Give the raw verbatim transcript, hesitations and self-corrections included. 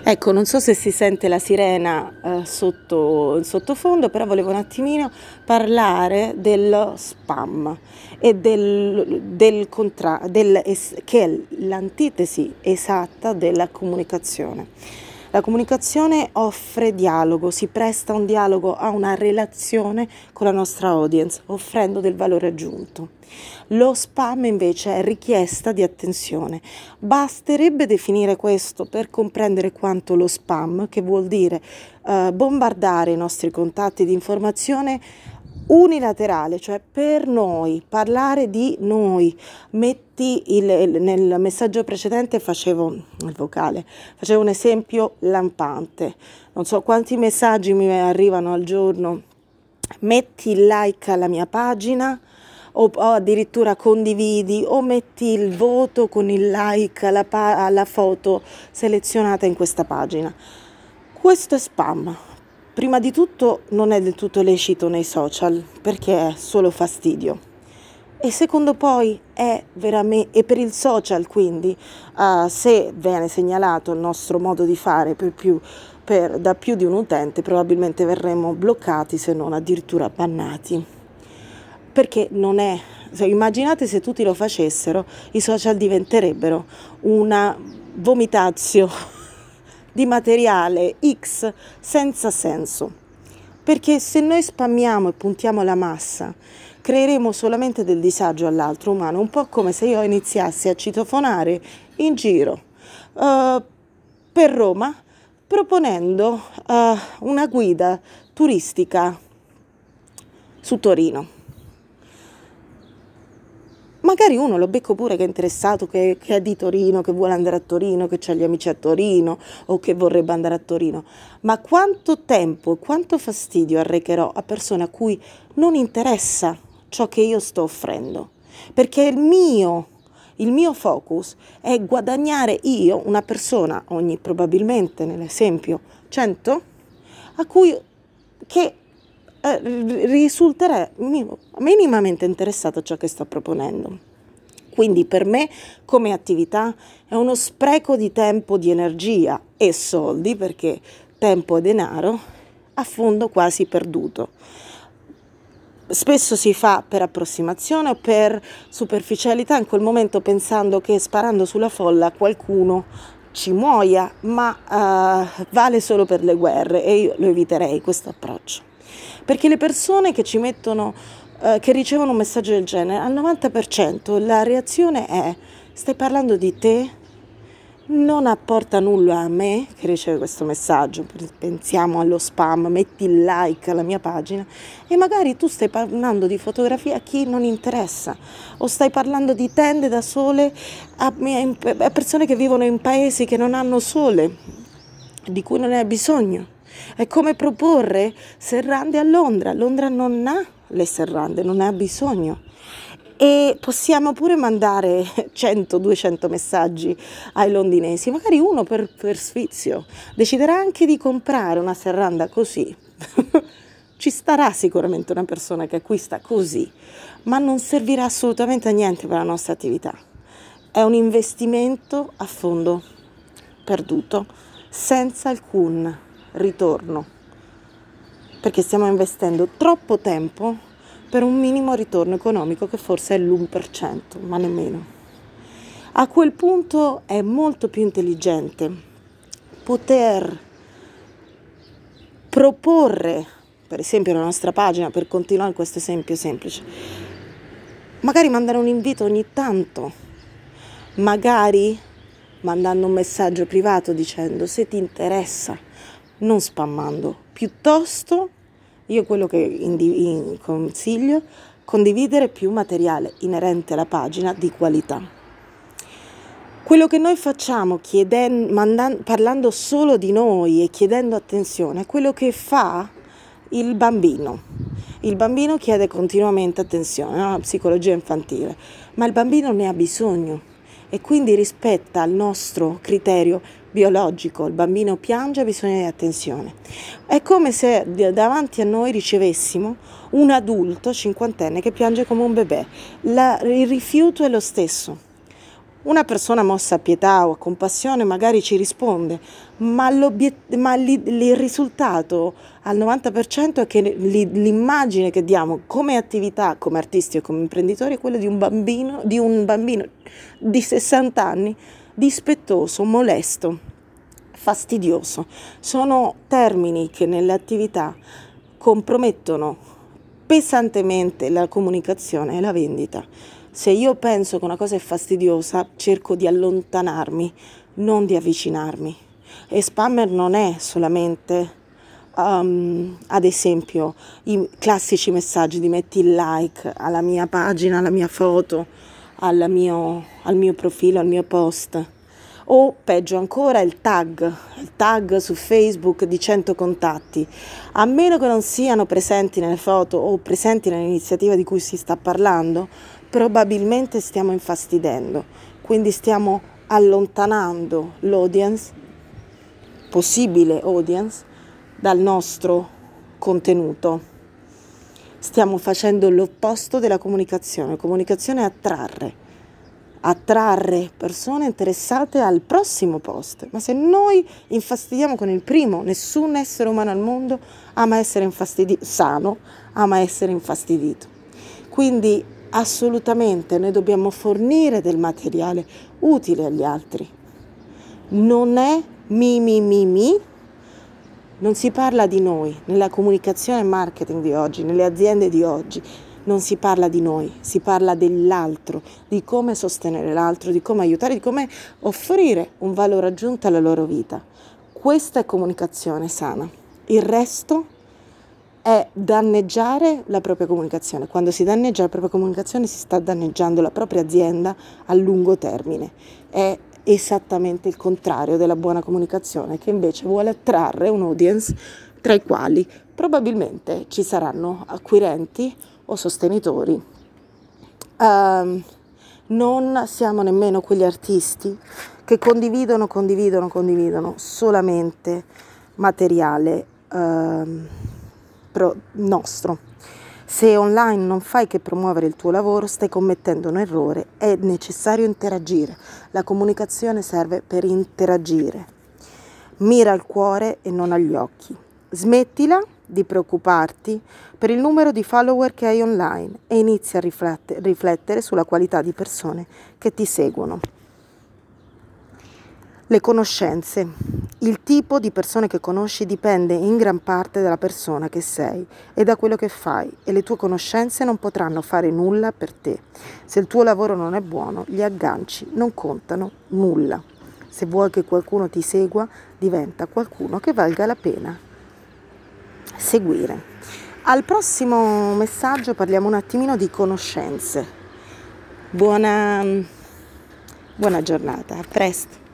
Ecco, non so se si sente la sirena eh, sotto in sottofondo, però volevo un attimino parlare dello spam e del, del contra, del, es- che è l'antitesi esatta della comunicazione. La comunicazione offre dialogo, si presta a un dialogo, a una relazione con la nostra audience, offrendo del valore aggiunto. Lo spam invece è richiesta di attenzione. Basterebbe definire questo per comprendere quanto lo spam, che vuol dire eh, bombardare i nostri contatti di informazione unilaterale, cioè per noi, parlare di noi. Metti il, il- nel messaggio precedente facevo il vocale, facevo un esempio lampante. Non so quanti messaggi mi arrivano al giorno. Metti il like alla mia pagina o, o addirittura condividi o metti il voto con il like alla, pa- alla foto selezionata in questa pagina. Questo è spam. Prima di tutto non è del tutto lecito nei social perché è solo fastidio. E secondo poi è veramente, e per il social quindi, uh, se viene segnalato il nostro modo di fare per più, per, da più di un utente, probabilmente verremo bloccati se non addirittura bannati. Perché non è, se, immaginate se tutti lo facessero, i social diventerebbero una vomitazio di materiale X senza senso. Perché se noi spammiamo e puntiamo la massa, creeremo solamente del disagio all'altro umano, un po' come se io iniziassi a citofonare in giro uh, per Roma proponendo uh, una guida turistica su Torino. Magari uno lo becco pure che è interessato, che, che è di Torino, che vuole andare a Torino, che ha gli amici a Torino o che vorrebbe andare a Torino. Ma quanto tempo e quanto fastidio arrecherò a persone a cui non interessa ciò che io sto offrendo? Perché il mio, il mio focus è guadagnare io, una persona, ogni probabilmente nell'esempio cento, a cui che eh, risulterà minimamente interessato a ciò che sto proponendo. Quindi per me come attività è uno spreco di tempo, di energia e soldi, perché tempo e denaro a fondo quasi perduto. Spesso si fa per approssimazione o per superficialità, in quel momento pensando che sparando sulla folla qualcuno ci muoia, ma uh, vale solo per le guerre e io lo eviterei questo approccio. Perché le persone che ci mettono, uh, che ricevono un messaggio del genere, al novanta per cento la reazione è: stai parlando di te? Non apporta nulla a me che riceve questo messaggio. Pensiamo allo spam, metti il like alla mia pagina e magari tu stai parlando di fotografia a chi non interessa, o stai parlando di tende da sole a, a persone che vivono in paesi che non hanno sole, di cui non ne ha bisogno. È come proporre serrande a Londra. Londra non ha le serrande, non ne ha bisogno. E possiamo pure mandare cento duecento messaggi ai londinesi, magari uno per, per sfizio deciderà anche di comprare una serranda così. Ci starà sicuramente una persona che acquista così, ma non servirà assolutamente a niente per la nostra attività. È un investimento a fondo perduto, senza alcun ritorno, perché stiamo investendo troppo tempo per un minimo ritorno economico che forse è l'uno per cento, ma nemmeno. A quel punto è molto più intelligente poter proporre, per esempio la nostra pagina, per continuare questo esempio semplice, magari mandare un invito ogni tanto, magari mandando un messaggio privato dicendo: se ti interessa, non spammando, piuttosto io quello che indi- consiglio, condividere più materiale inerente alla pagina di qualità. Quello che noi facciamo chiedendo, mandan- parlando solo di noi e chiedendo attenzione è quello che fa il bambino. Il bambino chiede continuamente attenzione, no? La psicologia infantile, ma il bambino ne ha bisogno e quindi rispetta il nostro criterio biologico. Il bambino piange, ha bisogno di attenzione. È come se davanti a noi ricevessimo un adulto cinquantenne che piange come un bebè. La, il rifiuto è lo stesso. Una persona mossa a pietà o a compassione magari ci risponde, ma, l'obiet- ma li- il risultato al novanta per cento è che li- l'immagine che diamo come attività, come artisti o come imprenditori è quella di un bambino, di un bambino di sessanta anni, dispettoso, molesto, fastidioso. Sono termini che nelle attività compromettono pesantemente la comunicazione e la vendita. Se io penso che una cosa è fastidiosa, cerco di allontanarmi, non di avvicinarmi. E spammer non è solamente, um, ad esempio, i classici messaggi di metti il like alla mia pagina, alla mia foto, al mio, al mio profilo, al mio post. O peggio ancora il tag, il tag su Facebook di cento contatti. A meno che non siano presenti nelle foto o presenti nell'iniziativa di cui si sta parlando, probabilmente stiamo infastidendo, quindi stiamo allontanando l'audience, possibile audience, dal nostro contenuto. Stiamo facendo l'opposto della comunicazione. Comunicazione è attrarre, attrarre persone interessate al prossimo post. Ma se noi infastidiamo con il primo, nessun essere umano al mondo ama essere infastidito, sano, ama essere infastidito. Quindi assolutamente noi dobbiamo fornire del materiale utile agli altri. Non è mi mi mi mi, non si parla di noi nella comunicazione e marketing di oggi, nelle aziende di oggi. Non si parla di noi, si parla dell'altro, di come sostenere l'altro, di come aiutare, di come offrire un valore aggiunto alla loro vita. Questa è comunicazione sana. Il resto è danneggiare la propria comunicazione. Quando si danneggia la propria comunicazione si sta danneggiando la propria azienda a lungo termine. È esattamente il contrario della buona comunicazione, che invece vuole attrarre un audience tra i quali probabilmente ci saranno acquirenti o sostenitori. Um, non siamo nemmeno quegli artisti che condividono, condividono, condividono solamente materiale um, pro- nostro. Se online non fai che promuovere il tuo lavoro, stai commettendo un errore. È necessario interagire. La comunicazione serve per interagire. Mira al cuore e non agli occhi. Smettila di preoccuparti per il numero di follower che hai online e inizia a riflette- riflettere sulla qualità di persone che ti seguono. Le conoscenze. Il tipo di persone che conosci dipende in gran parte dalla persona che sei e da quello che fai, e le tue conoscenze non potranno fare nulla per te. Se il tuo lavoro non è buono, gli agganci non contano nulla. Se vuoi che qualcuno ti segua, diventa qualcuno che valga la pena seguire. Al prossimo messaggio parliamo un attimino di conoscenze. Buona, buona giornata, a presto.